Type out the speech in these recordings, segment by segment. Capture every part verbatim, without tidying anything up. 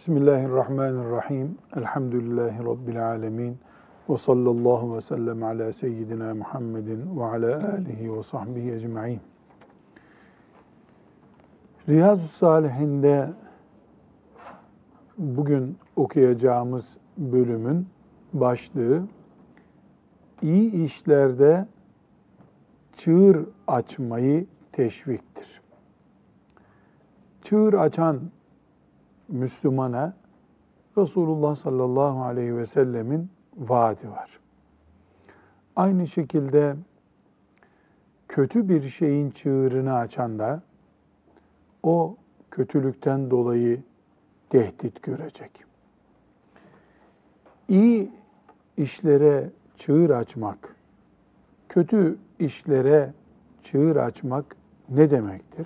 Bismillahirrahmanirrahim. Elhamdülillahi Rabbil alemin. Ve sallallahu ve sellem ala seyyidina Muhammedin ve ala alihi ve sahbihi ecma'in. Riyazu Salihinde bugün okuyacağımız bölümün başlığı iyi işlerde çığır açmayı teşviktir. Çığır açan Müslümana Resulullah sallallahu aleyhi ve sellemin vaadi var. Aynı şekilde kötü bir şeyin çığırını açan da o kötülükten dolayı tehdit görecek. İyi işlere çığır açmak, kötü işlere çığır açmak ne demektir?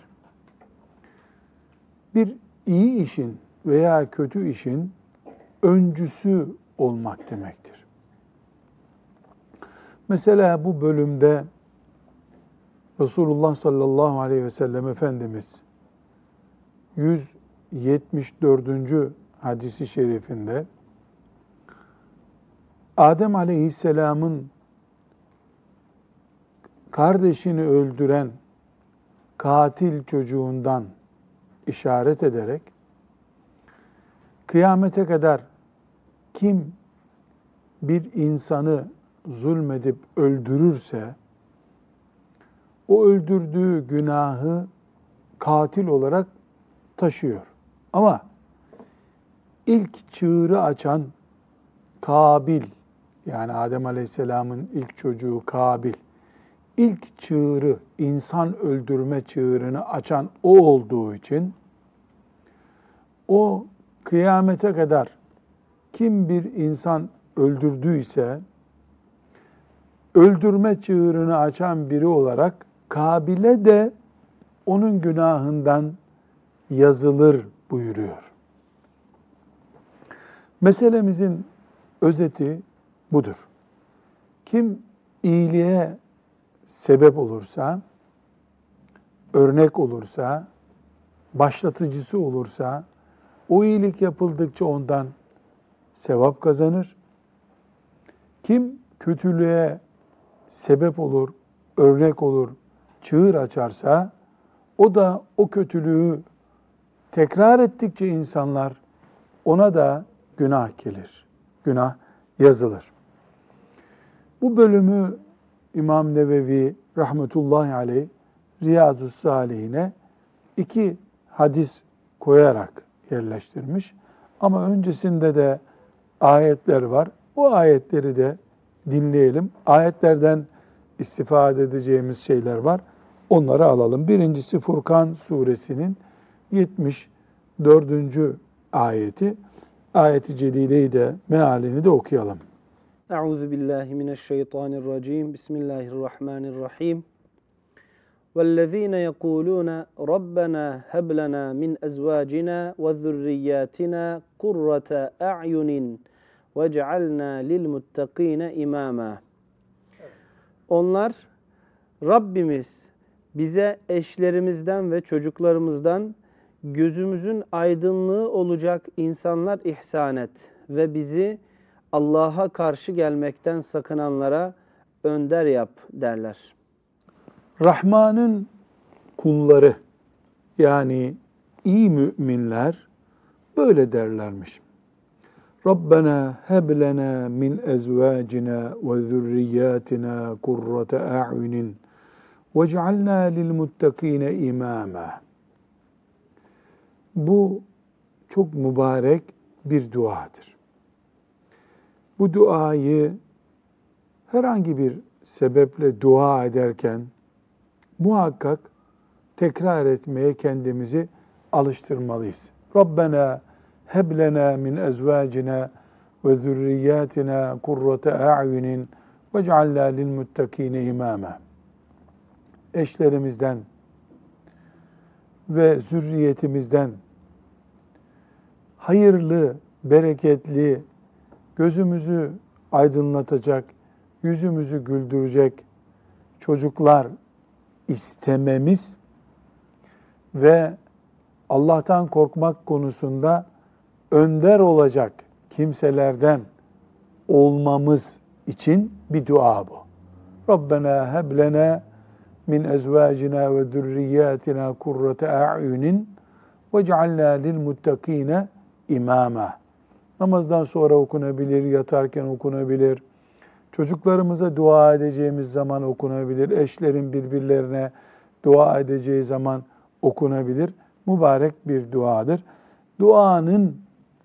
Bir iyi işin veya kötü işin öncüsü olmak demektir. Mesela bu bölümde Resulullah sallallahu aleyhi ve sellem Efendimiz yüz yetmiş dördüncü hadisi şerifinde Adem aleyhisselamın kardeşini öldüren katil çocuğundan işaret ederek kıyamete kadar kim bir insanı zulmedip öldürürse o öldürdüğü günahı katil olarak taşıyor. Ama ilk çığırı açan Kabil, yani Adem Aleyhisselam'ın ilk çocuğu Kabil, ilk çığırı, insan öldürme çığırını açan o olduğu için o kıyamete kadar kim bir insan öldürdüyse öldürme çığırını açan biri olarak Kabil'e de onun günahından yazılır buyuruyor. Meselemizin özeti budur. Kim iyiliğe sebep olursa, örnek olursa, başlatıcısı olursa, o iyilik yapıldıkça ondan sevap kazanır. Kim kötülüğe sebep olur, örnek olur, çığır açarsa, o da o kötülüğü tekrar ettikçe insanlar ona da günah gelir, günah yazılır. Bu bölümü İmam Nevevi rahmetullahi aleyh Riyazu Salihine iki hadis koyarak yerleştirmiş. Ama öncesinde de ayetler var. Bu ayetleri de dinleyelim. Ayetlerden istifade edeceğimiz şeyler var. Onları alalım. Birincisi Furkan suresinin yetmiş dördüncü ayeti. Ayet-i Celile'yi de mealini de okuyalım. Euzu billahi mineşşeytanirracim. Bismillahirrahmanirrahim. وَالَّذ۪ينَ يَقُولُونَ رَبَّنَا هَبْ لَنَا مِنْ أَزْوَاجِنَا وَذُرِّيَّاتِنَا قُرَّةَ أَعْيُنٍ وَاجْعَلْنَا لِلْمُتَّقِينَ إِمَامًا. Onlar, Rabbimiz bize eşlerimizden ve çocuklarımızdan gözümüzün aydınlığı olacak insanlar ihsan et ve bizi Allah'a karşı gelmekten sakınanlara önder yap derler. Rahman'ın kulları, yani iyi müminler böyle derlermiş. Rabbena heb lena min ezvacina ve zurriyatina kurrate a'yunin vec'alna lil muttakine imama. Bu çok mübarek bir duadır. Bu duayı herhangi bir sebeple dua ederken muhakkak tekrar etmeye kendimizi alıştırmalıyız. Rabbena heb lena min ezvacina ve zurriyatina kurrate a'yunin vec'alna lil muttakine imama. Eşlerimizden ve zürriyetimizden hayırlı, bereketli, gözümüzü aydınlatacak, yüzümüzü güldürecek çocuklar istememiz ve Allah'tan korkmak konusunda önder olacak kimselerden olmamız için bir dua bu. Rabbena heb lena min ezvacina ve zurriyyatina kurrate a'yunin vec'alna lil muttakine imama. Namazdan sonra okunabilir, yatarken okunabilir. Çocuklarımıza dua edeceğimiz zaman okunabilir. Eşlerin birbirlerine dua edeceği zaman okunabilir. Mübarek bir duadır. Duanın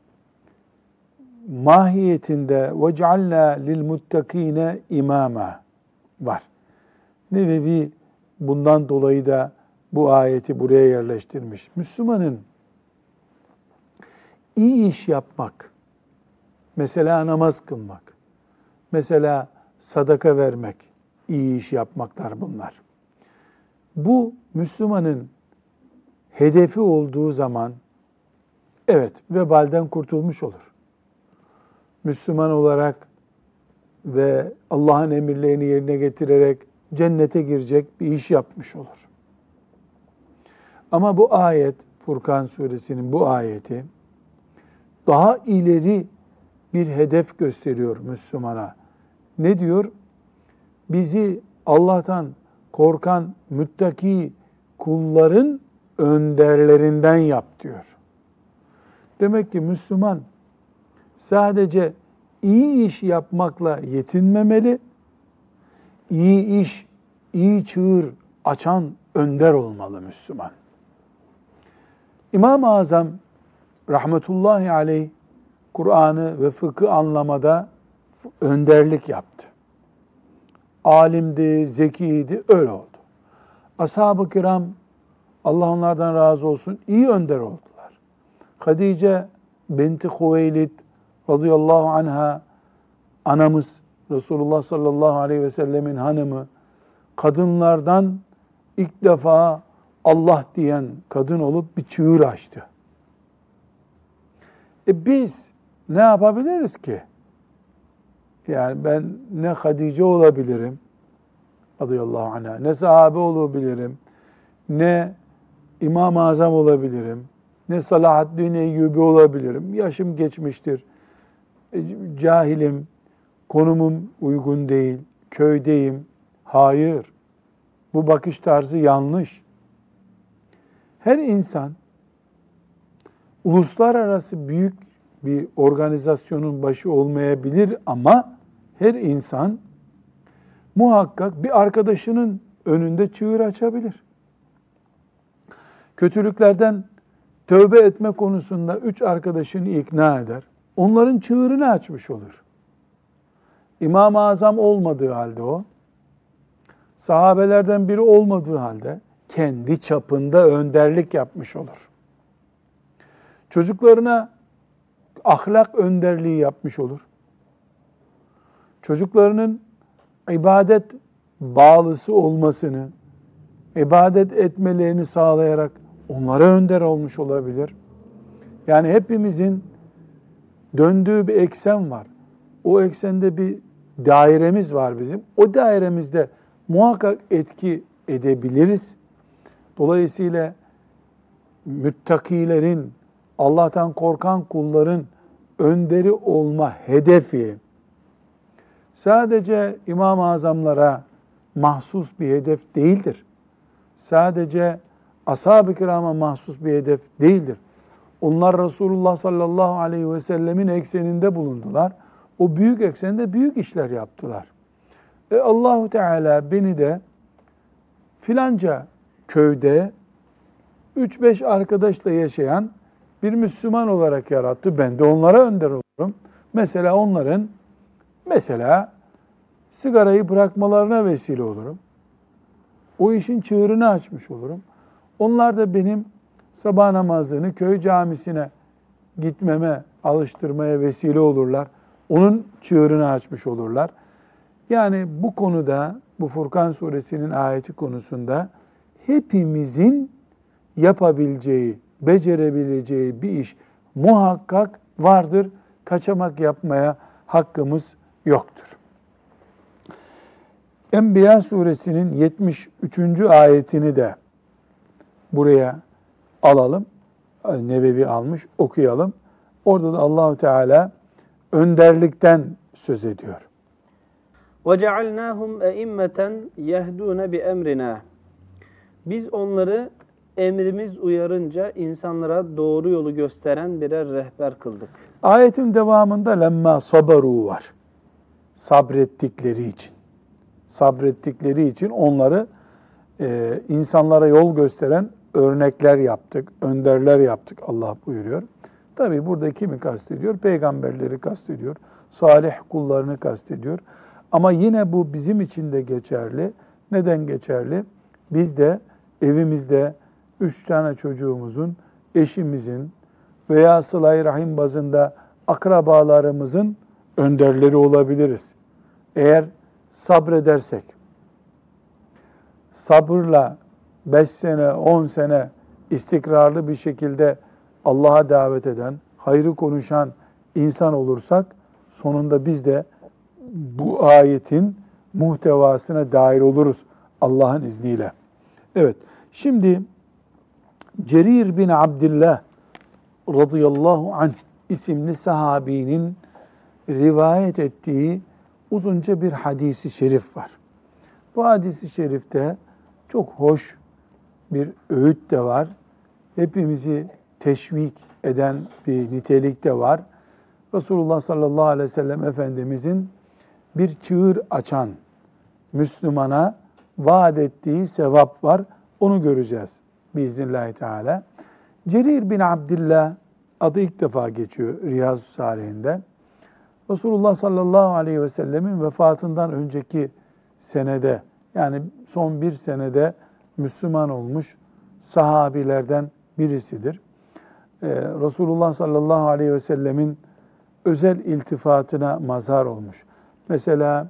mahiyetinde وَجْعَلْنَا لِلْمُتَّقِينَ imama var. Nevevi bundan dolayı da bu ayeti buraya yerleştirmiş. Müslümanın iyi iş yapmak, mesela namaz kılmak, mesela sadaka vermek, iyi iş yapmaklar bunlar. Bu Müslümanın hedefi olduğu zaman evet vebalden kurtulmuş olur. Müslüman olarak ve Allah'ın emirlerini yerine getirerek cennete girecek bir iş yapmış olur. Ama bu ayet, Furkan suresinin bu ayeti daha ileri bir hedef gösteriyor Müslümana. Ne diyor? Bizi Allah'tan korkan müttaki kulların önderlerinden yap diyor. Demek ki Müslüman sadece iyi iş yapmakla yetinmemeli, iyi iş, iyi çığır açan önder olmalı Müslüman. İmam-ı Azam rahmetullahi aleyh Kur'an'ı ve fıkıh anlamada önderlik yaptı. Alimdi, zekiydi, öyle oldu. Ashab-ı kiram, Allah onlardan razı olsun, iyi önder oldular. Hadice binti Huveylid radıyallahu anha, anamız, Resulullah sallallahu aleyhi ve sellemin hanımı, kadınlardan ilk defa Allah diyen kadın olup bir çığır açtı. E biz ne yapabiliriz ki? Yani ben ne Hadice olabilirim, radıyallahu anha, ne sahabe olabilirim, ne İmam-ı Azam olabilirim, ne Salahaddin Eyyubi olabilirim. Yaşım geçmiştir, e, cahilim, konumum uygun değil, köydeyim. Hayır, bu bakış tarzı yanlış. Her insan uluslararası büyük bir organizasyonun başı olmayabilir ama her insan muhakkak bir arkadaşının önünde çığır açabilir. Kötülüklerden tövbe etme konusunda üç arkadaşını ikna eder. Onların çığırını açmış olur. İmam-ı Azam olmadığı halde o, sahabelerden biri olmadığı halde kendi çapında önderlik yapmış olur. Çocuklarına ahlak önderliği yapmış olur. Çocuklarının ibadet bağlısı olmasını, ibadet etmelerini sağlayarak onlara önder olmuş olabilir. Yani hepimizin döndüğü bir eksen var. O eksende bir dairemiz var bizim. O dairemizde muhakkak etki edebiliriz. Dolayısıyla müttakilerin, Allah'tan korkan kulların önderi olma hedefi sadece İmam-ı Azamlara mahsus bir hedef değildir. Sadece ashab-ı kirama mahsus bir hedef değildir. Onlar Resulullah sallallahu aleyhi ve sellemin ekseninde bulundular. O büyük eksende büyük işler yaptılar. E Allahu Teala beni de filanca köyde üç beş arkadaşla yaşayan bir Müslüman olarak yarattı. Ben de onlara önder olurum. Mesela onların mesela sigarayı bırakmalarına vesile olurum. O işin çığırını açmış olurum. Onlar da benim sabah namazını köy camisine gitmeme, alıştırmaya vesile olurlar. Onun çığırını açmış olurlar. Yani bu konuda, bu Furkan suresinin ayeti konusunda hepimizin yapabileceği, becerebileceği bir iş muhakkak vardır. Kaçamak yapmaya hakkımız yoktur. Enbiya suresinin yetmiş üçüncü ayetini de buraya alalım. Nevevi almış, okuyalım. Orada da Allahu Teala önderlikten söz ediyor. وَجَعَلْنَاهُمْ اَئِمَّةً يَهْدُونَ بِأَمْرِنَا Biz onları emrimiz uyarınca insanlara doğru yolu gösteren birer rehber kıldık. Ayetin devamında lemma sabaru var. Sabrettikleri için. Sabrettikleri için onları e, insanlara yol gösteren örnekler yaptık, önderler yaptık Allah buyuruyor. Tabi burada kimi kastediyor? Peygamberleri kastediyor, salih kullarını kastediyor. Ama yine bu bizim için de geçerli. Neden geçerli? Biz de evimizde üç tane çocuğumuzun, eşimizin veya sıla-i rahim bazında akrabalarımızın önderleri olabiliriz. Eğer sabredersek, sabırla beş sene, on sene istikrarlı bir şekilde Allah'a davet eden, hayrı konuşan insan olursak, sonunda biz de bu ayetin muhtevasına dahil oluruz Allah'ın izniyle. Evet, şimdi Cerir bin Abdillah radıyallahu anh isimli sahabinin rivayet ettiği uzunca bir hadisi şerif var. Bu hadisi şerifte çok hoş bir öğüt de var. Hepimizi teşvik eden bir nitelik de var. Resulullah sallallahu aleyhi ve sellem Efendimizin bir çığır açan Müslümana vaat ettiği sevap var. Onu göreceğiz biiznillahü teala. Cerir bin Abdillah adı ilk defa geçiyor Riyazu Salihinde. Resulullah sallallahu aleyhi ve sellemin vefatından önceki senede, yani son bir senede Müslüman olmuş sahabilerden birisidir. Ee, Resulullah sallallahu aleyhi ve sellemin özel iltifatına mazhar olmuş. Mesela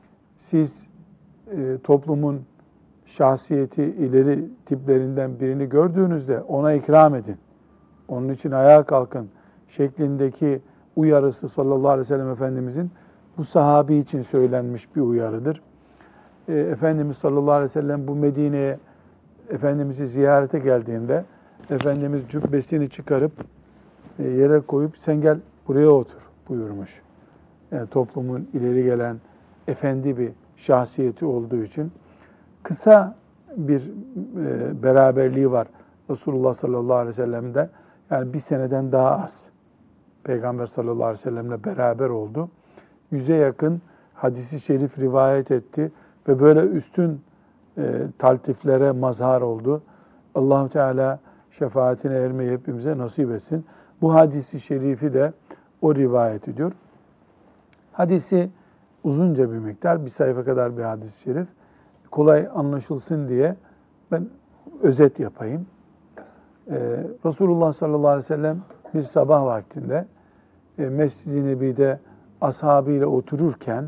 siz e, toplumun şahsiyeti ileri tiplerinden birini gördüğünüzde ona ikram edin. Onun için ayağa kalkın şeklindeki uyarısı sallallahu aleyhi ve sellem Efendimizin bu sahabi için söylenmiş bir uyarıdır. E, Efendimiz sallallahu aleyhi ve sellem bu Medine'ye Efendimiz'i ziyarete geldiğinde Efendimiz cübbesini çıkarıp e, yere koyup sen gel buraya otur buyurmuş. Yani toplumun ileri gelen efendi bir şahsiyeti olduğu için kısa bir e, beraberliği var Resulullah sallallahu aleyhi ve sellem'de. Yani bir seneden daha az. Peygamber sallallahu aleyhi ve sellem'le beraber oldu. Yüze yakın hadisi şerif rivayet etti ve böyle üstün e, taltiflere mazhar oldu. Allah-u Teala şefaatine ermeyi hepimize nasip etsin. Bu hadisi şerifi de o rivayet ediyor. Hadisi uzunca bir miktar, bir sayfa kadar bir hadis-i şerif. Kolay anlaşılsın diye ben özet yapayım. Ee, Resulullah sallallahu aleyhi ve sellem bir sabah vaktinde e, Mescid-i Nebi'de ashabıyla otururken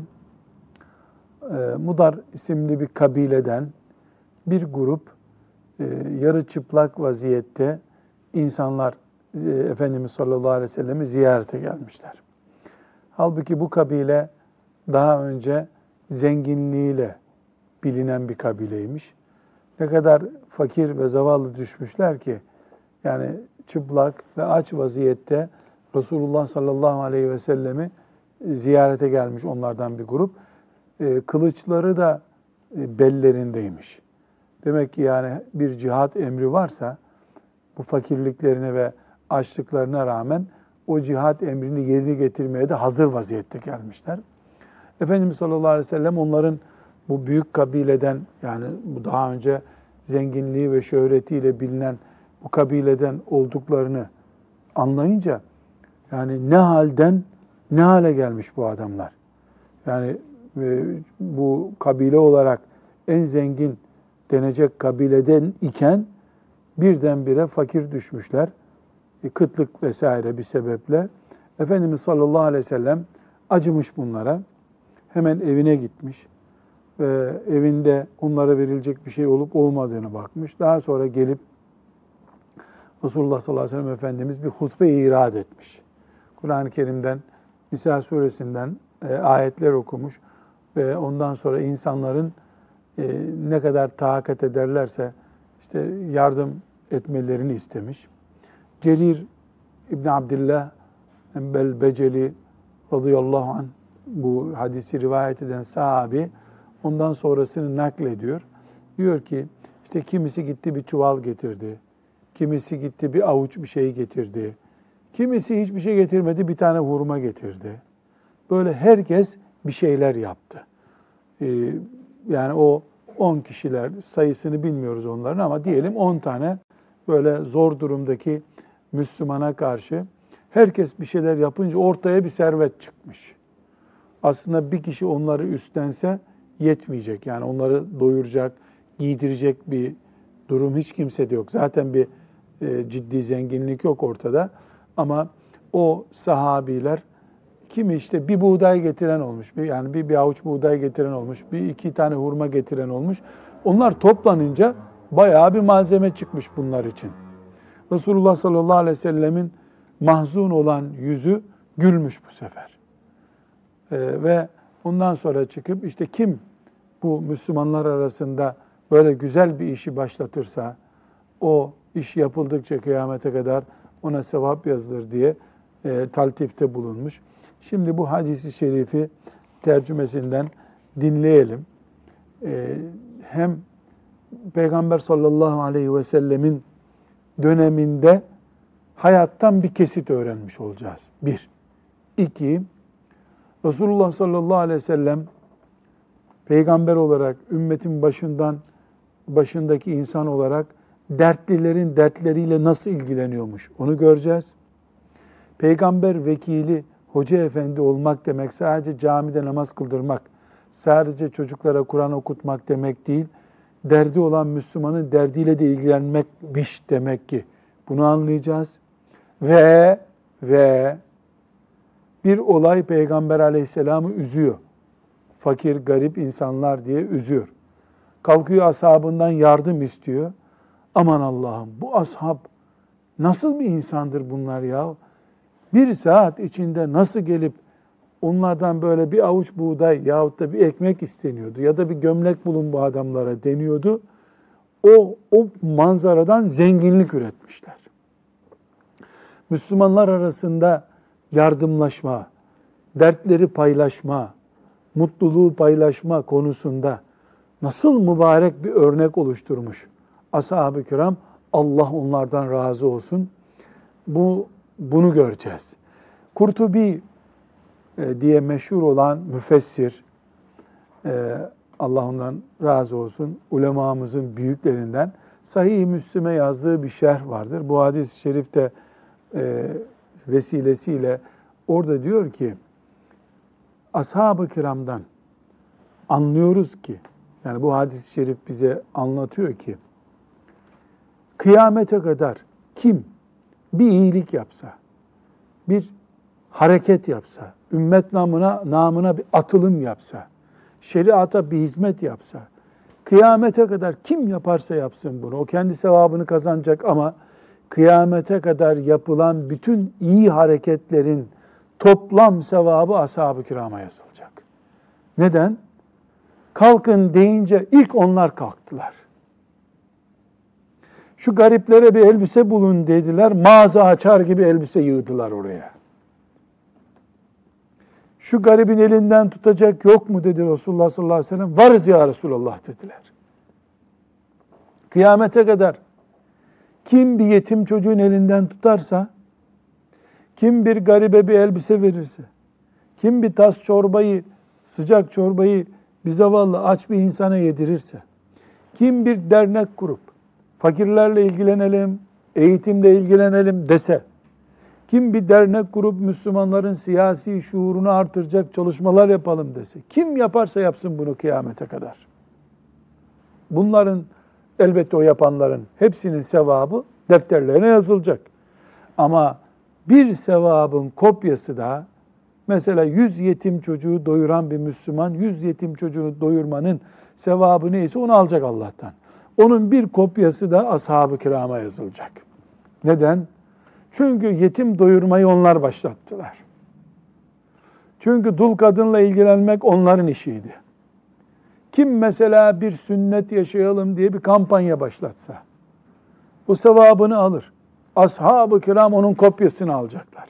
e, Mudar isimli bir kabileden bir grup e, yarı çıplak vaziyette insanlar e, Efendimiz sallallahu aleyhi ve sellem'i ziyarete gelmişler. Halbuki bu kabile daha önce zenginliğiyle bilinen bir kabileymiş. Ne kadar fakir ve zavallı düşmüşler ki, yani çıplak ve aç vaziyette Resulullah sallallahu aleyhi ve sellemi ziyarete gelmiş onlardan bir grup. E, kılıçları da e, bellerindeymiş. Demek ki yani bir cihat emri varsa bu fakirliklerine ve açlıklarına rağmen o cihat emrini yerine getirmeye de hazır vaziyette gelmişler. Efendimiz sallallahu aleyhi ve sellem onların bu büyük kabileden, yani bu daha önce zenginliği ve şöhretiyle bilinen bu kabileden olduklarını anlayınca yani ne halden ne hale gelmiş bu adamlar. Yani e, bu kabile olarak en zengin denecek kabileden iken birdenbire fakir düşmüşler. E, kıtlık vesaire bir sebeple. Efendimiz sallallahu aleyhi ve sellem acımış bunlara. Hemen evine gitmiş. Ve evinde onlara verilecek bir şey olup olmadığını bakmış. Daha sonra gelip Resulullah sallallahu aleyhi ve sellem Efendimiz bir hutbe irad etmiş. Kur'an-ı Kerim'den, Nisa suresinden e, ayetler okumuş ve ondan sonra insanların e, ne kadar tahakkat ederlerse işte yardım etmelerini istemiş. Cerir İbn Abdillah Enbel Beceli radıyallahu anh, bu hadisi rivayet eden sahabi, ondan sonrasını naklediyor. Diyor ki işte kimisi gitti bir çuval getirdi. Kimisi gitti bir avuç bir şey getirdi. Kimisi hiçbir şey getirmedi, bir tane hurma getirdi. Böyle herkes bir şeyler yaptı. Ee, yani o on kişiler, sayısını bilmiyoruz onların ama diyelim on tane böyle zor durumdaki Müslümana karşı herkes bir şeyler yapınca ortaya bir servet çıkmış. Aslında bir kişi onları üstlense yetmeyecek. Yani onları doyuracak, giydirecek bir durum hiç kimsede yok. Zaten bir e, ciddi zenginlik yok ortada. Ama o sahabiler, kimi işte bir buğday getiren olmuş, bir, yani bir, bir avuç buğday getiren olmuş, bir iki tane hurma getiren olmuş. Onlar toplanınca bayağı bir malzeme çıkmış bunlar için. Resulullah sallallahu aleyhi ve sellemin mahzun olan yüzü gülmüş bu sefer. Ee, ve ondan sonra çıkıp işte kim bu Müslümanlar arasında böyle güzel bir işi başlatırsa o iş yapıldıkça kıyamete kadar ona sevap yazılır diye e, taltifte bulunmuş. Şimdi bu hadisi şerifi tercümesinden dinleyelim. E, hem Peygamber sallallahu aleyhi ve sellemin döneminde hayattan bir kesit öğrenmiş olacağız. Bir. İki, Resulullah sallallahu aleyhi ve sellem peygamber olarak, ümmetin başından başındaki insan olarak dertlilerin dertleriyle nasıl ilgileniyormuş onu göreceğiz. Peygamber vekili, hoca efendi olmak demek sadece camide namaz kıldırmak, sadece çocuklara Kur'an okutmak demek değil. Derdi olan Müslümanın derdiyle de ilgilenmekmiş demek ki. Bunu anlayacağız. Ve ve bir olay Peygamber aleyhisselamı üzüyor. Fakir, garip insanlar diye üzüyor. Kalkıyor ashabından yardım istiyor. Aman Allah'ım, bu ashab nasıl bir insandır bunlar ya? Bir saat içinde nasıl gelip onlardan böyle bir avuç buğday yahut da bir ekmek isteniyordu ya da bir gömlek bulun bu adamlara deniyordu. O, o manzaradan zenginlik üretmişler. Müslümanlar arasında yardımlaşma, dertleri paylaşma, mutluluğu paylaşma konusunda nasıl mübarek bir örnek oluşturmuş ashab-ı kiram, Allah onlardan razı olsun. Bu bunu göreceğiz. Kurtubi e, diye meşhur olan müfessir, e, Allah ondan razı olsun, ulemamızın büyüklerinden Sahih-i Müslim'e yazdığı bir şerh vardır. Bu hadis-i şerifte e, vesilesiyle orada diyor ki, ashab-ı kiramdan anlıyoruz ki, yani bu hadis-i şerif bize anlatıyor ki, kıyamete kadar kim bir iyilik yapsa, bir hareket yapsa, ümmet namına, namına bir atılım yapsa, şeriata bir hizmet yapsa, kıyamete kadar kim yaparsa yapsın bunu, o kendi sevabını kazanacak ama kıyamete kadar yapılan bütün iyi hareketlerin toplam sevabı ashab-ı kirama yazılacak. Neden? Kalkın deyince ilk onlar kalktılar. Şu gariplere bir elbise bulun dediler, mağaza açar gibi elbise yığdılar oraya. Şu garibin elinden tutacak yok mu dedi Resulullah sallallahu aleyhi ve sellem. Varız ya Resulullah dediler. Kıyamete kadar kim bir yetim çocuğun elinden tutarsa, kim bir garibe bir elbise verirse, kim bir tas çorbayı, sıcak çorbayı bir zavallı aç bir insana yedirirse, kim bir dernek kurup fakirlerle ilgilenelim, eğitimle ilgilenelim dese, kim bir dernek kurup Müslümanların siyasi şuurunu artıracak çalışmalar yapalım dese, kim yaparsa yapsın bunu kıyamete kadar. Bunların, elbette o yapanların hepsinin sevabı defterlerine yazılacak. Ama bir sevabın kopyası da, mesela yüz yetim çocuğu doyuran bir Müslüman, yüz yetim çocuğu doyurmanın sevabı neyse onu alacak Allah'tan. Onun bir kopyası da ashab-ı kirama yazılacak. Neden? Çünkü yetim doyurmayı onlar başlattılar. Çünkü dul kadınla ilgilenmek onların işiydi. Kim mesela bir sünnet yaşayalım diye bir kampanya başlatsa, o sevabını alır. Ashab-ı kiram onun kopyasını alacaklar.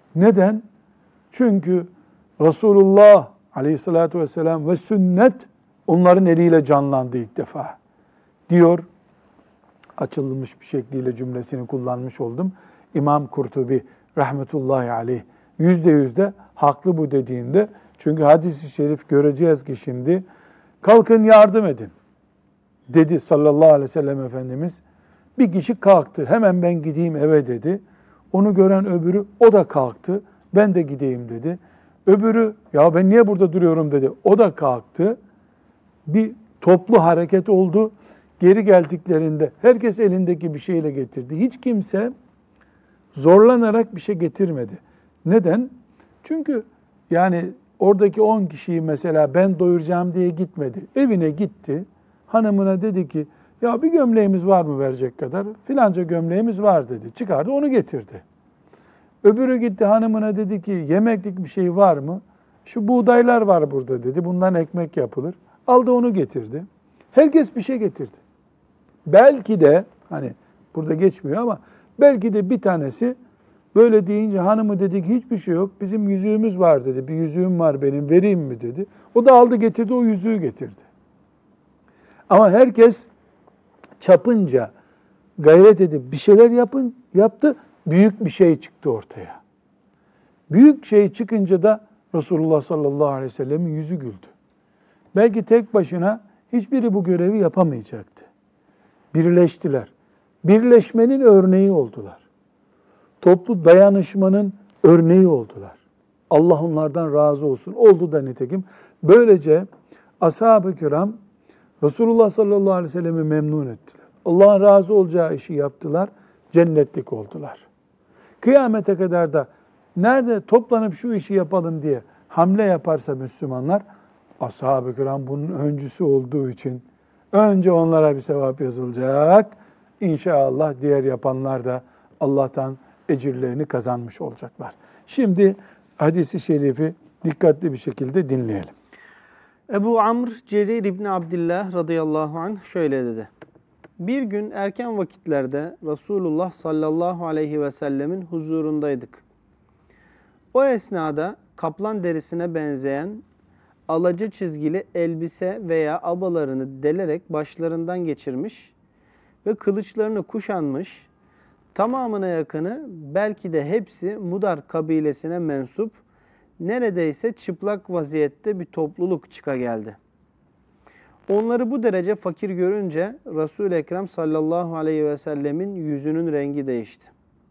Neden? Çünkü Resulullah aleyhissalatü vesselam ve sünnet onların eliyle canlandı ilk defa. Diyor, açılmış bir şekliyle cümlesini kullanmış oldum. İmam Kurtubi rahmetullahi aleyh yüzde yüzde haklı bu dediğinde. Çünkü hadis-i şerif göreceğiz ki şimdi kalkın yardım edin dedi sallallahu aleyhi ve sellem Efendimiz. Bir kişi kalktı, hemen ben gideyim eve dedi. Onu gören öbürü o da kalktı, ben de gideyim dedi. Öbürü ya ben niye burada duruyorum dedi. O da kalktı. Bir toplu hareket oldu. Geri geldiklerinde herkes elindeki bir şeyle getirdi. Hiç kimse zorlanarak bir şey getirmedi. Neden? Çünkü yani oradaki on kişiyi mesela ben doyuracağım diye gitmedi. Evine gitti. Hanımına dedi ki ya bir gömleğimiz var mı verecek kadar? Filanca gömleğimiz var dedi. Çıkardı onu getirdi. Öbürü gitti hanımına dedi ki yemeklik bir şey var mı? Şu buğdaylar var burada dedi. Bundan ekmek yapılır. Aldı onu getirdi. Herkes bir şey getirdi. Belki de hani burada geçmiyor ama belki de bir tanesi böyle deyince hanımı dedi ki hiçbir şey yok. Bizim yüzüğümüz var dedi. Bir yüzüğüm var benim vereyim mi dedi. O da aldı getirdi o yüzüğü getirdi. Ama herkes çapınca gayret edip bir şeyler yapın, yaptı. Büyük bir şey çıktı ortaya. Büyük şey çıkınca da Resulullah sallallahu aleyhi ve sellem'in yüzü güldü. Belki tek başına hiçbiri bu görevi yapamayacaktı. Birleştiler. Birleşmenin örneği oldular. Toplu dayanışmanın örneği oldular. Allah onlardan razı olsun. Oldu da nitekim. Böylece ashab-ı kiram Resulullah sallallahu aleyhi ve sellem'i memnun ettiler. Allah'ın razı olacağı işi yaptılar. Cennetlik oldular. Kıyamete kadar da nerede toplanıp şu işi yapalım diye hamle yaparsa Müslümanlar, ashab-ı kiram bunun öncüsü olduğu için önce onlara bir sevap yazılacak. İnşallah diğer yapanlar da Allah'tan ecirlerini kazanmış olacaklar. Şimdi hadis-i şerifi dikkatli bir şekilde dinleyelim. Ebu Amr Cerir İbni Abdillah radıyallahu anh şöyle dedi. Bir gün erken vakitlerde Resulullah sallallahu aleyhi ve sellemin huzurundaydık. O esnada kaplan derisine benzeyen alaca çizgili elbise veya abalarını delerek başlarından geçirmiş ve kılıçlarını kuşanmış, tamamına yakını belki de hepsi Mudar kabilesine mensup, neredeyse çıplak vaziyette bir topluluk çıka geldi. Onları bu derece fakir görünce Resul-i Ekrem sallallahu aleyhi ve sellemin yüzünün rengi değişti.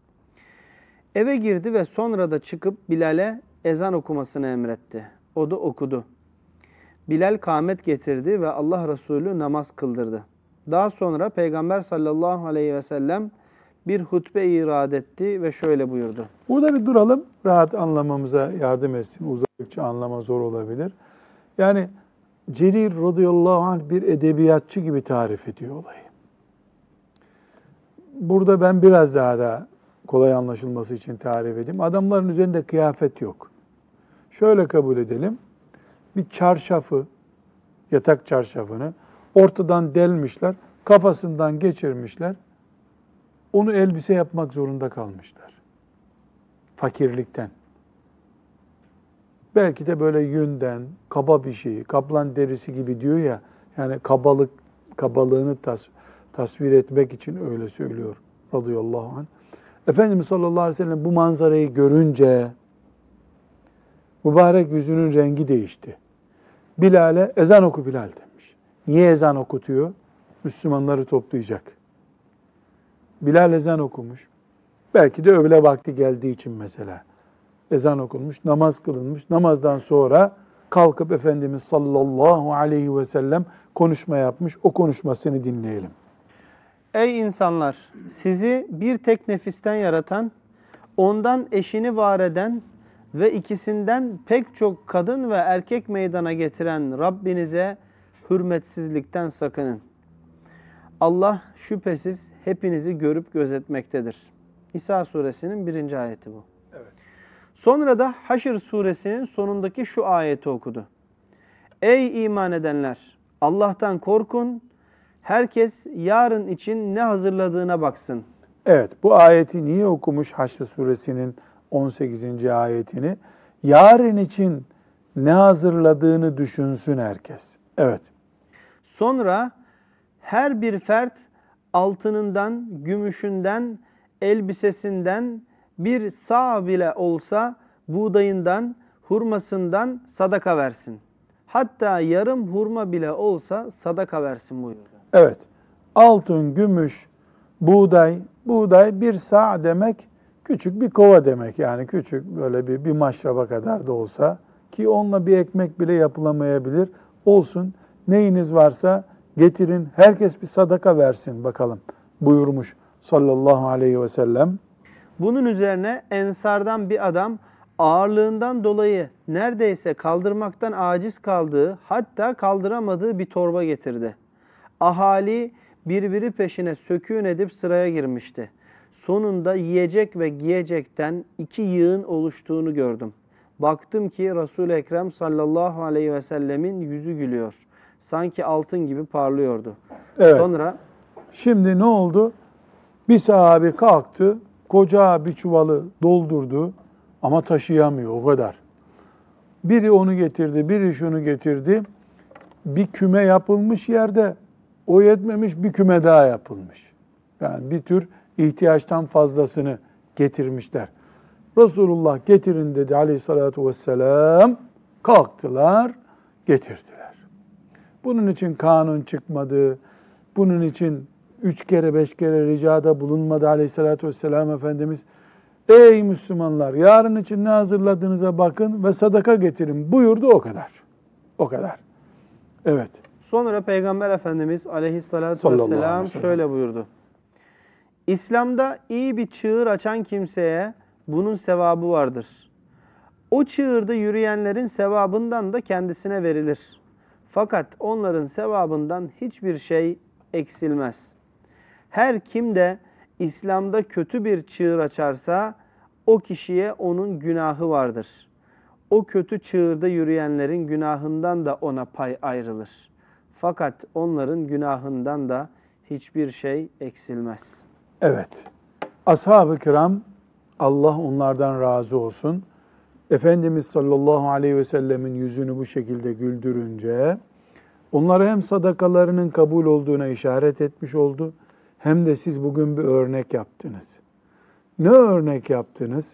Eve girdi ve sonra da çıkıp Bilal'e ezan okumasını emretti. O da okudu. Bilal kâmet getirdi ve Allah Resulü namaz kıldırdı. Daha sonra Peygamber sallallahu aleyhi ve sellem bir hutbe irad etti ve şöyle buyurdu. Burada bir duralım, rahat anlamamıza yardım etsin. Uzakça anlama zor olabilir. Yani Cerir radıyallahu anh bir edebiyatçı gibi tarif ediyor olayı. Burada ben biraz daha da kolay anlaşılması için tarif edeyim. Adamların üzerinde kıyafet yok. Şöyle kabul edelim. Bir çarşafı, yatak çarşafını ortadan delmişler, kafasından geçirmişler. Onu elbise yapmak zorunda kalmışlar. Fakirlikten. Belki de böyle yünden, kaba bir şey, kaplan derisi gibi diyor ya, yani kabalık, kabalığını tas, tasvir etmek için öyle söylüyor radıyallahu anh. Efendimiz sallallahu aleyhi ve sellem bu manzarayı görünce mübarek yüzünün rengi değişti. Bilal'e ezan oku Bilal demiş. Niye ezan okutuyor? Müslümanları toplayacak. Bilal ezan okumuş. Belki de öğle vakti geldiği için mesela. Ezan okunmuş, namaz kılınmış. Namazdan sonra kalkıp Efendimiz sallallahu aleyhi ve sellem konuşma yapmış. O konuşmasını dinleyelim. Ey insanlar! Sizi bir tek nefisten yaratan, ondan eşini var eden ve ikisinden pek çok kadın ve erkek meydana getiren Rabbinize hürmetsizlikten sakının. Allah şüphesiz hepinizi görüp gözetmektedir. İsa suresinin birinci ayeti bu. Evet. Sonra da Haşr suresinin sonundaki şu ayeti okudu. Ey iman edenler! Allah'tan korkun, herkes yarın için ne hazırladığına baksın. Evet, bu ayeti niye okumuş Haşr suresinin on sekizinci ayetini. Yarın için ne hazırladığını düşünsün herkes. Evet. Sonra her bir fert altınından, gümüşünden, elbisesinden bir sağ bile olsa buğdayından, hurmasından sadaka versin. Hatta yarım hurma bile olsa sadaka versin buyurdu. Evet. Altın, gümüş, buğday. Buğday bir sağ demek, küçük bir kova demek. Yani küçük böyle bir, bir maşraba kadar da olsa, ki onunla bir ekmek bile yapılamayabilir. Olsun, neyiniz varsa getirin, herkes bir sadaka versin bakalım buyurmuş sallallahu aleyhi ve sellem. Bunun üzerine Ensardan bir adam ağırlığından dolayı neredeyse kaldırmaktan aciz kaldığı, hatta kaldıramadığı bir torba getirdi. Ahali birbiri peşine söküğün edip sıraya girmişti. Sonunda yiyecek ve giyecekten iki yığın oluştuğunu gördüm. Baktım ki Resul-i Ekrem sallallahu aleyhi ve sellemin yüzü gülüyor. Sanki altın gibi parlıyordu. Evet. Sonra şimdi ne oldu? Bir sahabi kalktı, koca bir çuvalı doldurdu ama taşıyamıyor o kadar. Biri onu getirdi, biri şunu getirdi. Bir küme yapılmış yerde o yetmemiş, bir küme daha yapılmış. Yani bir tür ihtiyaçtan fazlasını getirmişler. Resulullah getirin dedi aleyhissalatu vesselam. Kalktılar, getirdiler. Bunun için kanun çıkmadı. Bunun için üç kere beş kere ricada bulunmadı aleyhissalatu vesselam Efendimiz. Ey Müslümanlar, yarın için ne hazırladığınıza bakın ve sadaka getirin buyurdu, o kadar. O kadar. Evet. Sonra Peygamber Efendimiz aleyhissalatu Sallallahu aleyhi ve vesselam sellem şöyle buyurdu. İslam'da iyi bir çığır açan kimseye bunun sevabı vardır. O çığırda yürüyenlerin sevabından da kendisine verilir. Fakat onların sevabından hiçbir şey eksilmez. Her kim de İslam'da kötü bir çığır açarsa o kişiye onun günahı vardır. O kötü çığırda yürüyenlerin günahından da ona pay ayrılır. Fakat onların günahından da hiçbir şey eksilmez. Evet. Ashab-ı kiram, Allah onlardan razı olsun, Efendimiz sallallahu aleyhi ve sellemin yüzünü bu şekilde güldürünce onlara hem sadakalarının kabul olduğuna işaret etmiş oldu, hem de siz bugün bir örnek yaptınız. Ne örnek yaptınız?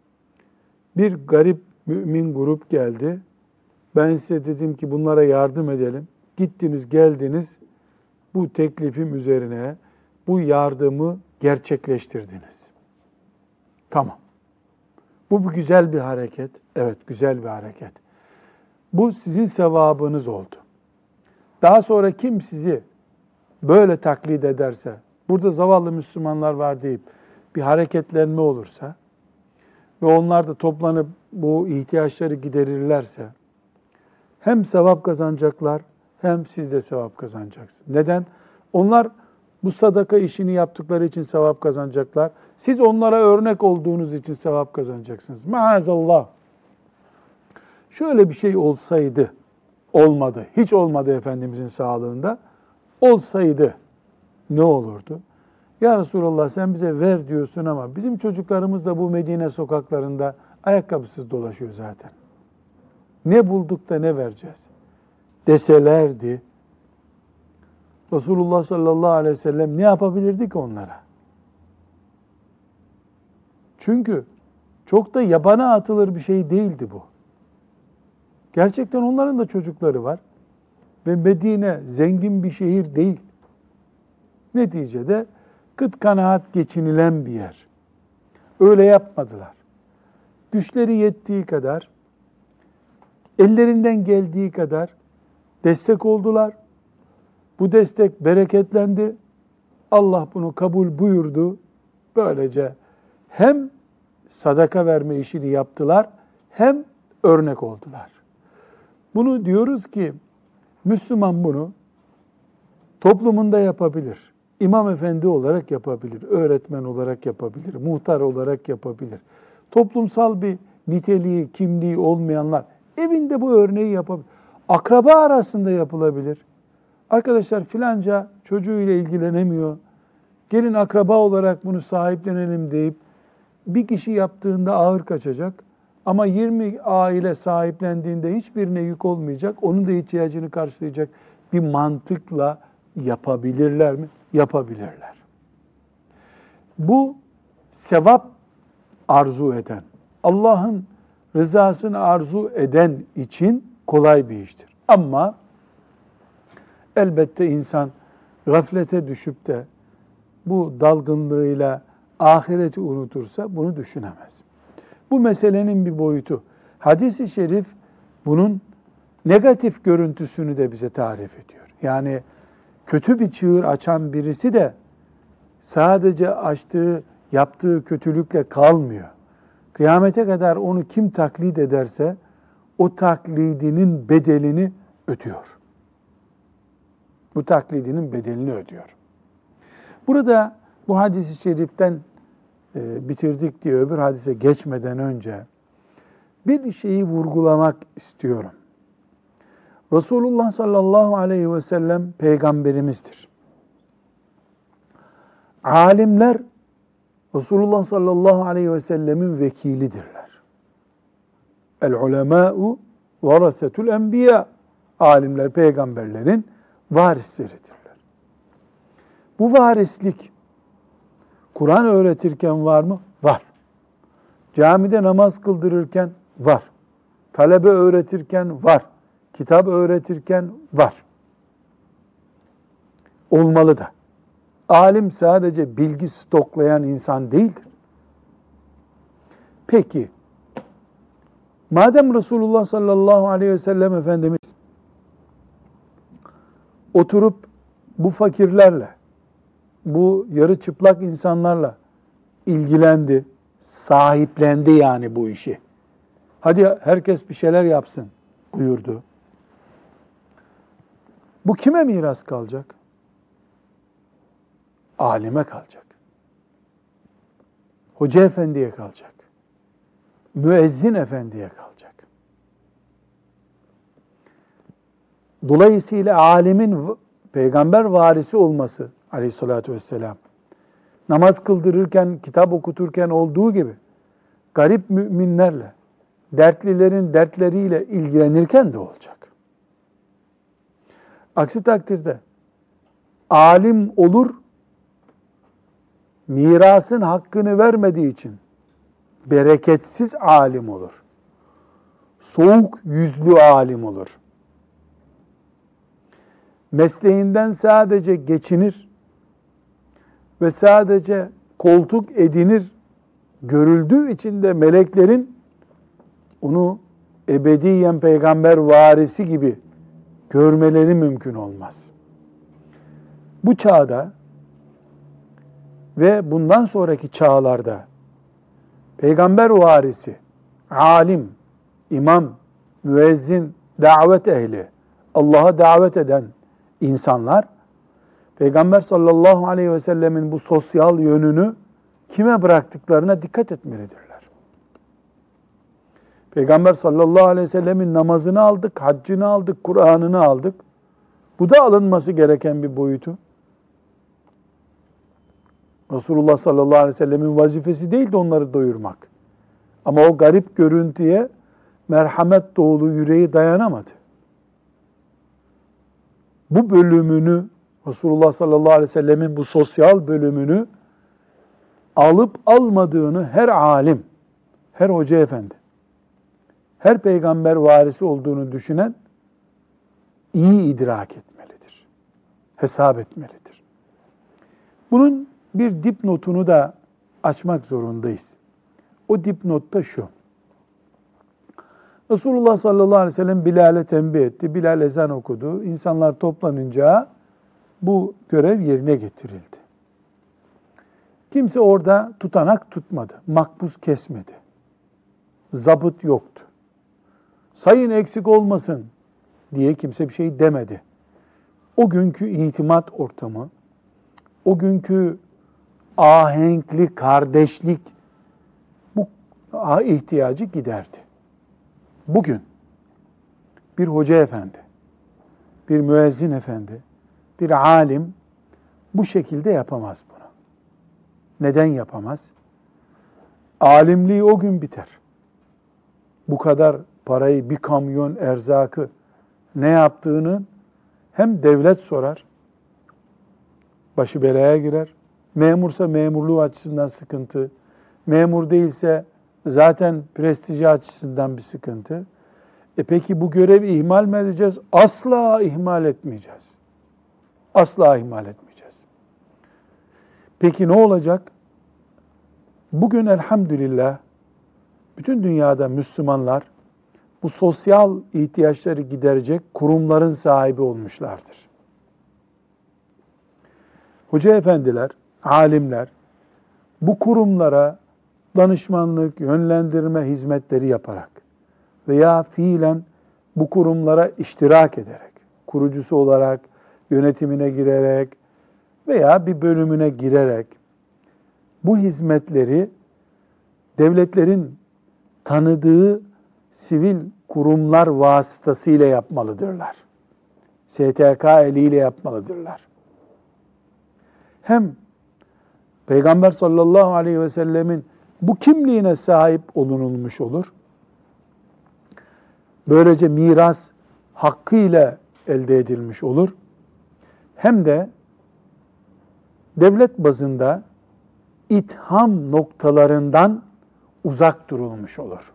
Bir garip mümin grup geldi. Ben size dedim ki bunlara yardım edelim. Gittiniz, geldiniz. Bu teklifim üzerine bu yardımı gerçekleştirdiniz. Tamam. Bu bir güzel bir hareket. Evet, güzel bir hareket. Bu sizin sevabınız oldu. Daha sonra kim sizi böyle taklit ederse, burada zavallı Müslümanlar var deyip bir hareketlenme olursa ve onlar da toplanıp bu ihtiyaçları giderirlerse hem sevap kazanacaklar hem siz de sevap kazanacaksınız. Neden? Onlar bu sadaka işini yaptıkları için sevap kazanacaklar. Siz onlara örnek olduğunuz için sevap kazanacaksınız. Maazallah. Şöyle bir şey olsaydı, olmadı, hiç olmadı Efendimizin sağlığında, olsaydı ne olurdu? Ya Resulallah, sen bize ver diyorsun ama bizim çocuklarımız da bu Medine sokaklarında ayakkabısız dolaşıyor zaten. Ne bulduk da ne vereceğiz deselerdi, Resulullah sallallahu aleyhi ve sellem ne yapabilirdi ki onlara? Çünkü çok da yabana atılır bir şey değildi bu. Gerçekten onların da çocukları var ve Medine zengin bir şehir değil. Neticede kıt kanaat geçinilen bir yer. Öyle yapmadılar. Güçleri yettiği kadar, ellerinden geldiği kadar destek oldular. Bu destek bereketlendi. Allah bunu kabul buyurdu. Böylece hem sadaka verme işini yaptılar, hem örnek oldular. Bunu diyoruz ki, Müslüman bunu toplumunda yapabilir. İmam efendi olarak yapabilir, öğretmen olarak yapabilir, muhtar olarak yapabilir. Toplumsal bir niteliği, kimliği olmayanlar evinde bu örneği yapabilir. Akraba arasında yapılabilir. Arkadaşlar filanca çocuğuyla ilgilenemiyor. Gelin akraba olarak bunu sahiplenelim deyip bir kişi yaptığında ağır kaçacak ama yirmi aile sahiplendiğinde hiçbirine yük olmayacak, onun da ihtiyacını karşılayacak bir mantıkla yapabilirler mi? Yapabilirler. Bu sevap arzu eden, Allah'ın rızasını arzu eden için kolay bir iştir. Ama elbette insan gaflete düşüp de bu dalgınlığıyla ahireti unutursa bunu düşünemez. Bu meselenin bir boyutu. Hadis-i şerif bunun negatif görüntüsünü de bize tarif ediyor. Yani kötü bir çığır açan birisi de sadece açtığı, yaptığı kötülükle kalmıyor. Kıyamete kadar onu kim taklit ederse o taklidinin bedelini ödüyor. Bu taklidinin bedelini ödüyor. Burada bu hadis-i şeriften e, bitirdik diye öbür hadise geçmeden önce bir şeyi vurgulamak istiyorum. Resulullah sallallahu aleyhi ve sellem peygamberimizdir. Alimler Resulullah sallallahu aleyhi ve sellemin vekilidirler. El-ulemâ'u varasetul enbiya. Alimler peygamberlerin varisleridirler. Bu varislik Kur'an öğretirken var mı? Var. Camide namaz kıldırırken var. Talebe öğretirken var. Kitap öğretirken var. Olmalı da. Alim sadece bilgi stoklayan insan değildir. Peki, madem Resulullah sallallahu aleyhi ve sellem Efendimiz oturup bu fakirlerle, bu yarı çıplak insanlarla ilgilendi, sahiplendi yani bu işi. Hadi herkes bir şeyler yapsın buyurdu. Bu kime miras kalacak? Alime kalacak. Hoca efendiye kalacak. Müezzin efendiye kalacak. Dolayısıyla alimin peygamber varisi olması aleyhissalatü vesselam, namaz kıldırırken, kitap okuturken olduğu gibi garip müminlerle, dertlilerin dertleriyle ilgilenirken de olacak. Aksi takdirde alim olur, mirasın hakkını vermediği için bereketsiz alim olur. Soğuk yüzlü alim olur. Mesleğinden sadece geçinir ve sadece koltuk edinir görüldüğü için de meleklerin onu ebediyen peygamber varisi gibi görmeleri mümkün olmaz. Bu çağda ve bundan sonraki çağlarda peygamber varisi, alim, imam, müezzin, davet ehli, Allah'a davet eden insanlar, Peygamber sallallahu aleyhi ve sellemin bu sosyal yönünü kime bıraktıklarına dikkat etmelidirler. Peygamber sallallahu aleyhi ve sellemin namazını aldık, haccını aldık, Kur'an'ını aldık. Bu da alınması gereken bir boyutu. Resulullah sallallahu aleyhi ve sellemin vazifesi değil de onları doyurmak. Ama o garip görüntüye merhamet dolu yüreği dayanamadı. Bu bölümünü, Resulullah sallallahu aleyhi ve sellemin bu sosyal bölümünü alıp almadığını her alim, her hoca efendi, her peygamber varisi olduğunu düşünen iyi idrak etmelidir. Hesap etmelidir. Bunun bir dipnotunu da açmak zorundayız. O dipnotta şu. Resulullah sallallahu aleyhi ve sellem Bilal'e tembih etti. Bilal ezan okudu. İnsanlar toplanınca bu görev yerine getirildi. Kimse orada tutanak tutmadı. Makbuz kesmedi. Zabıt yoktu. Sayın eksik olmasın diye kimse bir şey demedi. O günkü itimat ortamı, o günkü ahenkli kardeşlik bu ihtiyacı giderdi. Bugün bir hoca efendi, bir müezzin efendi, bir alim bu şekilde yapamaz bunu. Neden yapamaz? Alimliği o gün biter. Bu kadar parayı, bir kamyon erzakı ne yaptığını hem devlet sorar, başı belaya girer. Memursa memurluğu açısından sıkıntı. Memur değilse zaten prestiji açısından bir sıkıntı. E peki bu görevi ihmal mi edeceğiz? Asla ihmal etmeyeceğiz. Asla ihmal etmeyeceğiz. Peki ne olacak? Bugün elhamdülillah bütün dünyada Müslümanlar bu sosyal ihtiyaçları giderecek kurumların sahibi olmuşlardır. Hoca efendiler, alimler bu kurumlara danışmanlık, yönlendirme hizmetleri yaparak veya fiilen bu kurumlara iştirak ederek, kurucusu olarak, yönetimine girerek veya bir bölümüne girerek bu hizmetleri devletlerin tanıdığı sivil kurumlar vasıtasıyla yapmalıdırlar. S T K eliyle yapmalıdırlar. Hem Peygamber sallallahu aleyhi ve sellemin bu kimliğine sahip olunulmuş olur. Böylece miras hakkıyla elde edilmiş olur. Hem de devlet bazında itham noktalarından uzak durulmuş olur.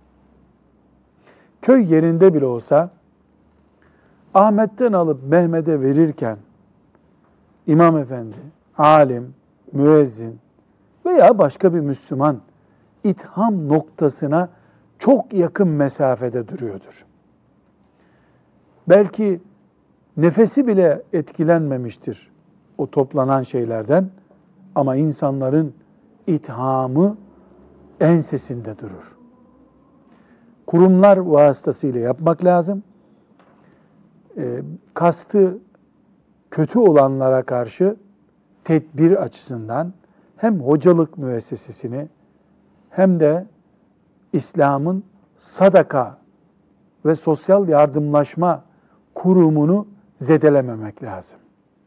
Köy yerinde bile olsa Ahmet'ten alıp Mehmet'e verirken imam efendi, alim, müezzin veya başka bir Müslüman itham noktasına çok yakın mesafede duruyordur. Belki nefesi bile etkilenmemiştir o toplanan şeylerden ama insanların ithamı ensesinde durur. Kurumlar vasıtasıyla yapmak lazım. E, kastı kötü olanlara karşı tedbir açısından hem hocalık müessesesini hem de İslam'ın sadaka ve sosyal yardımlaşma kurumunu zedelememek lazım.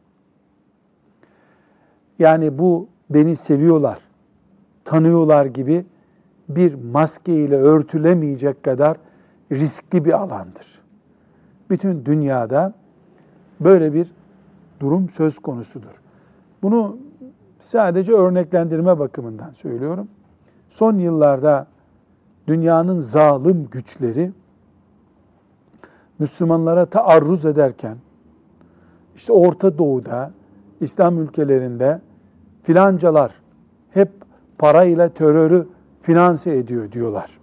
Yani bu beni seviyorlar, tanıyorlar gibi bir maske ile örtülemeyecek kadar riskli bir alandır. Bütün dünyada böyle bir durum söz konusudur. Bunu sadece örneklendirme bakımından söylüyorum. Son yıllarda dünyanın zalim güçleri Müslümanlara taarruz ederken, işte Orta Doğu'da, İslam ülkelerinde filancalar hep parayla terörü finanse ediyor diyorlar.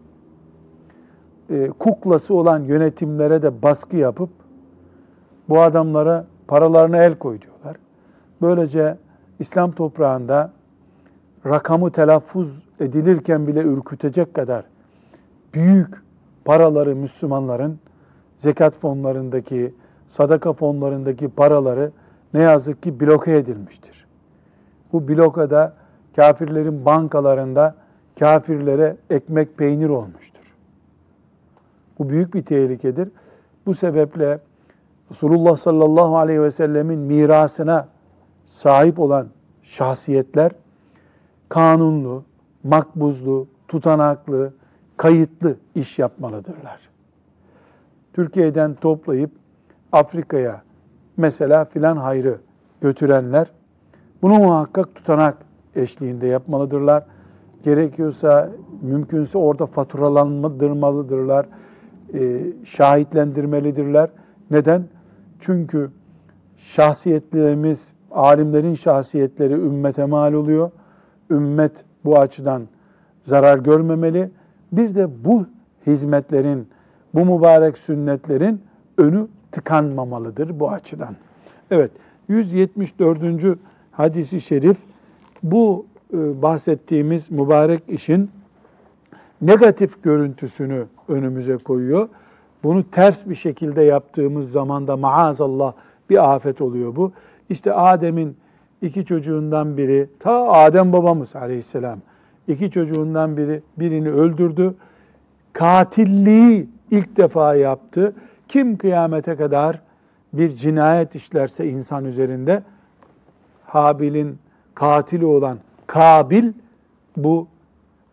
E, kuklası olan yönetimlere de baskı yapıp bu adamlara paralarına el koy diyorlar. Böylece İslam toprağında rakamı telaffuz edilirken bile ürkütecek kadar büyük paraları Müslümanların zekat fonlarındaki, sadaka fonlarındaki paraları ne yazık ki bloke edilmiştir. Bu blokada kafirlerin bankalarında kafirlere ekmek peynir olmuştur. Bu büyük bir tehlikedir. Bu sebeple Resulullah sallallahu aleyhi ve sellemin mirasına sahip olan şahsiyetler kanunlu, makbuzlu, tutanaklı, kayıtlı iş yapmalıdırlar. Türkiye'den toplayıp Afrika'ya mesela filan hayrı götürenler bunu muhakkak tutanak eşliğinde yapmalıdırlar. Gerekiyorsa, mümkünse orada faturalandırmalıdırlar, e, şahitlendirmelidirler. Neden? Çünkü şahsiyetlerimiz, alimlerin şahsiyetleri ümmete mal oluyor. Ümmet bu açıdan zarar görmemeli. Bir de bu hizmetlerin, bu mübarek sünnetlerin önü tıkanmamalıdır bu açıdan. Evet, yüz yetmiş dördüncü hadisi şerif bu e, bahsettiğimiz mübarek işin negatif görüntüsünü önümüze koyuyor. Bunu ters bir şekilde yaptığımız zaman da maazallah bir afet oluyor bu. İşte Adem'in iki çocuğundan biri, ta Adem babamız aleyhisselam, iki çocuğundan biri birini öldürdü. Katilliği ilk defa yaptı. Kim kıyamete kadar bir cinayet işlerse insan üzerinde, Habil'in katili olan Kabil bu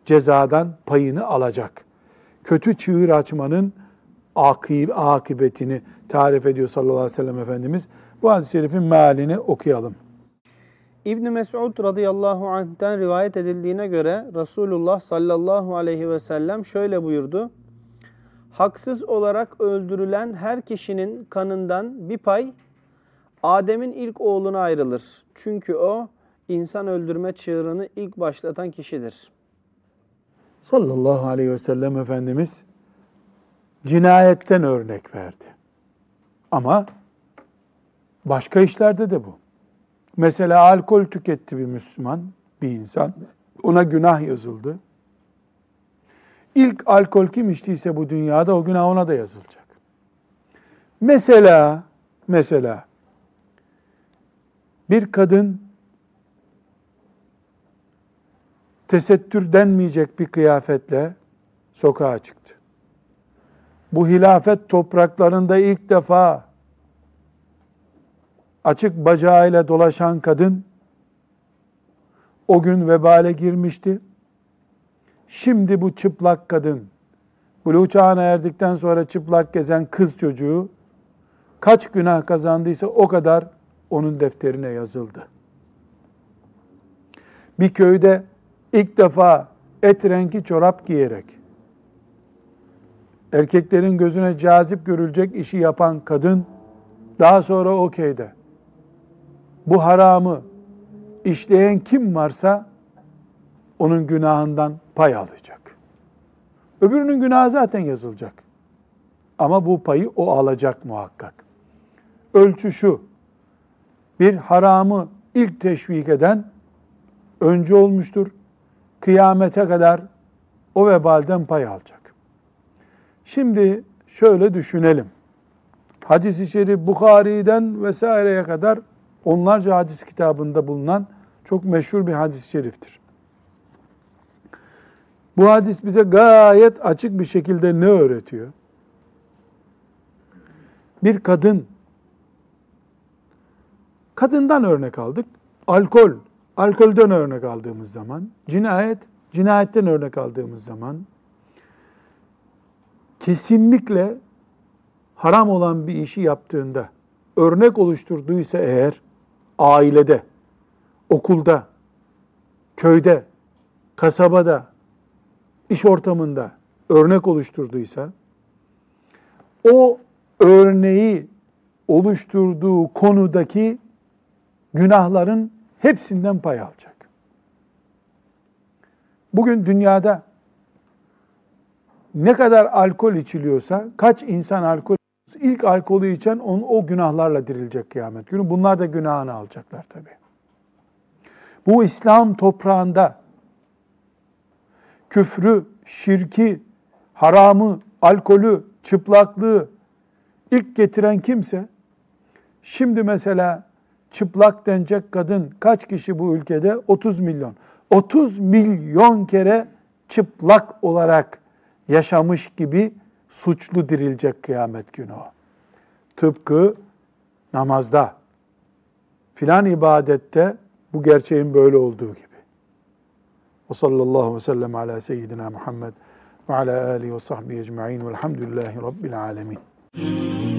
cezadan payını alacak. Kötü çığır açmanın akıbetini tarif ediyor sallallahu aleyhi ve sellem Efendimiz. Bu hadis-i şerifin mealini okuyalım. İbn Mes'ud radıyallahu anh'ten rivayet edildiğine göre Resulullah sallallahu aleyhi ve sellem şöyle buyurdu. Haksız olarak öldürülen her kişinin kanından bir pay Adem'in ilk oğluna ayrılır. Çünkü o insan öldürme çığırını ilk başlatan kişidir. Sallallahu aleyhi ve sellem Efendimiz cinayetten örnek verdi. Ama başka işlerde de bu. Mesela alkol tüketti bir Müslüman, bir insan. Ona günah yazıldı. İlk alkol kim içtiyse bu dünyada o günah ona da yazılacak. Mesela, mesela bir kadın tesettür denmeyecek bir kıyafetle sokağa çıktı. Bu hilafet topraklarında ilk defa açık bacağıyla dolaşan kadın o gün vebale girmişti. Şimdi bu çıplak kadın, buluğ çağına erdikten sonra çıplak gezen kız çocuğu kaç günah kazandıysa o kadar onun defterine yazıldı. Bir köyde ilk defa et rengi çorap giyerek erkeklerin gözüne cazip görülecek işi yapan kadın daha sonra o köyde bu haramı işleyen kim varsa onun günahından pay alacak. Öbürünün günahı zaten yazılacak. Ama bu payı o alacak muhakkak. Ölçü şu: bir haramı ilk teşvik eden önce olmuştur. Kıyamete kadar o vebalden pay alacak. Şimdi şöyle düşünelim. Hadis-i şerif Bukhari'den vesaireye kadar onlarca hadis kitabında bulunan çok meşhur bir hadis-i şeriftir. Bu hadis bize gayet açık bir şekilde ne öğretiyor? Bir kadın, kadından örnek aldık. Alkol, alkolden örnek aldığımız zaman, cinayet, cinayetten örnek aldığımız zaman, kesinlikle haram olan bir işi yaptığında, örnek oluşturduysa eğer, ailede, okulda, köyde, kasabada, iş ortamında örnek oluşturduysa, o örneği oluşturduğu konudaki günahların hepsinden pay alacak. Bugün dünyada ne kadar alkol içiliyorsa, kaç insan alkol içiyorsa, ilk alkolü içen on, o günahlarla dirilecek kıyamet günü. Bunlar da günahını alacaklar tabii. Bu İslam toprağında küfrü, şirki, haramı, alkolü, çıplaklığı ilk getiren kimse, şimdi mesela çıplak denecek kadın kaç kişi bu ülkede? otuz milyon. otuz milyon kere çıplak olarak yaşamış gibi suçlu dirilecek kıyamet günü o. Tıpkı namazda, filan ibadette bu gerçeğin böyle olduğu gibi. Ve sallallahu aleyhi ve sellem ala seyyidina Muhammed ve ala alihi ve sahbihi ecma'in velhamdülillahi rabbil alemin.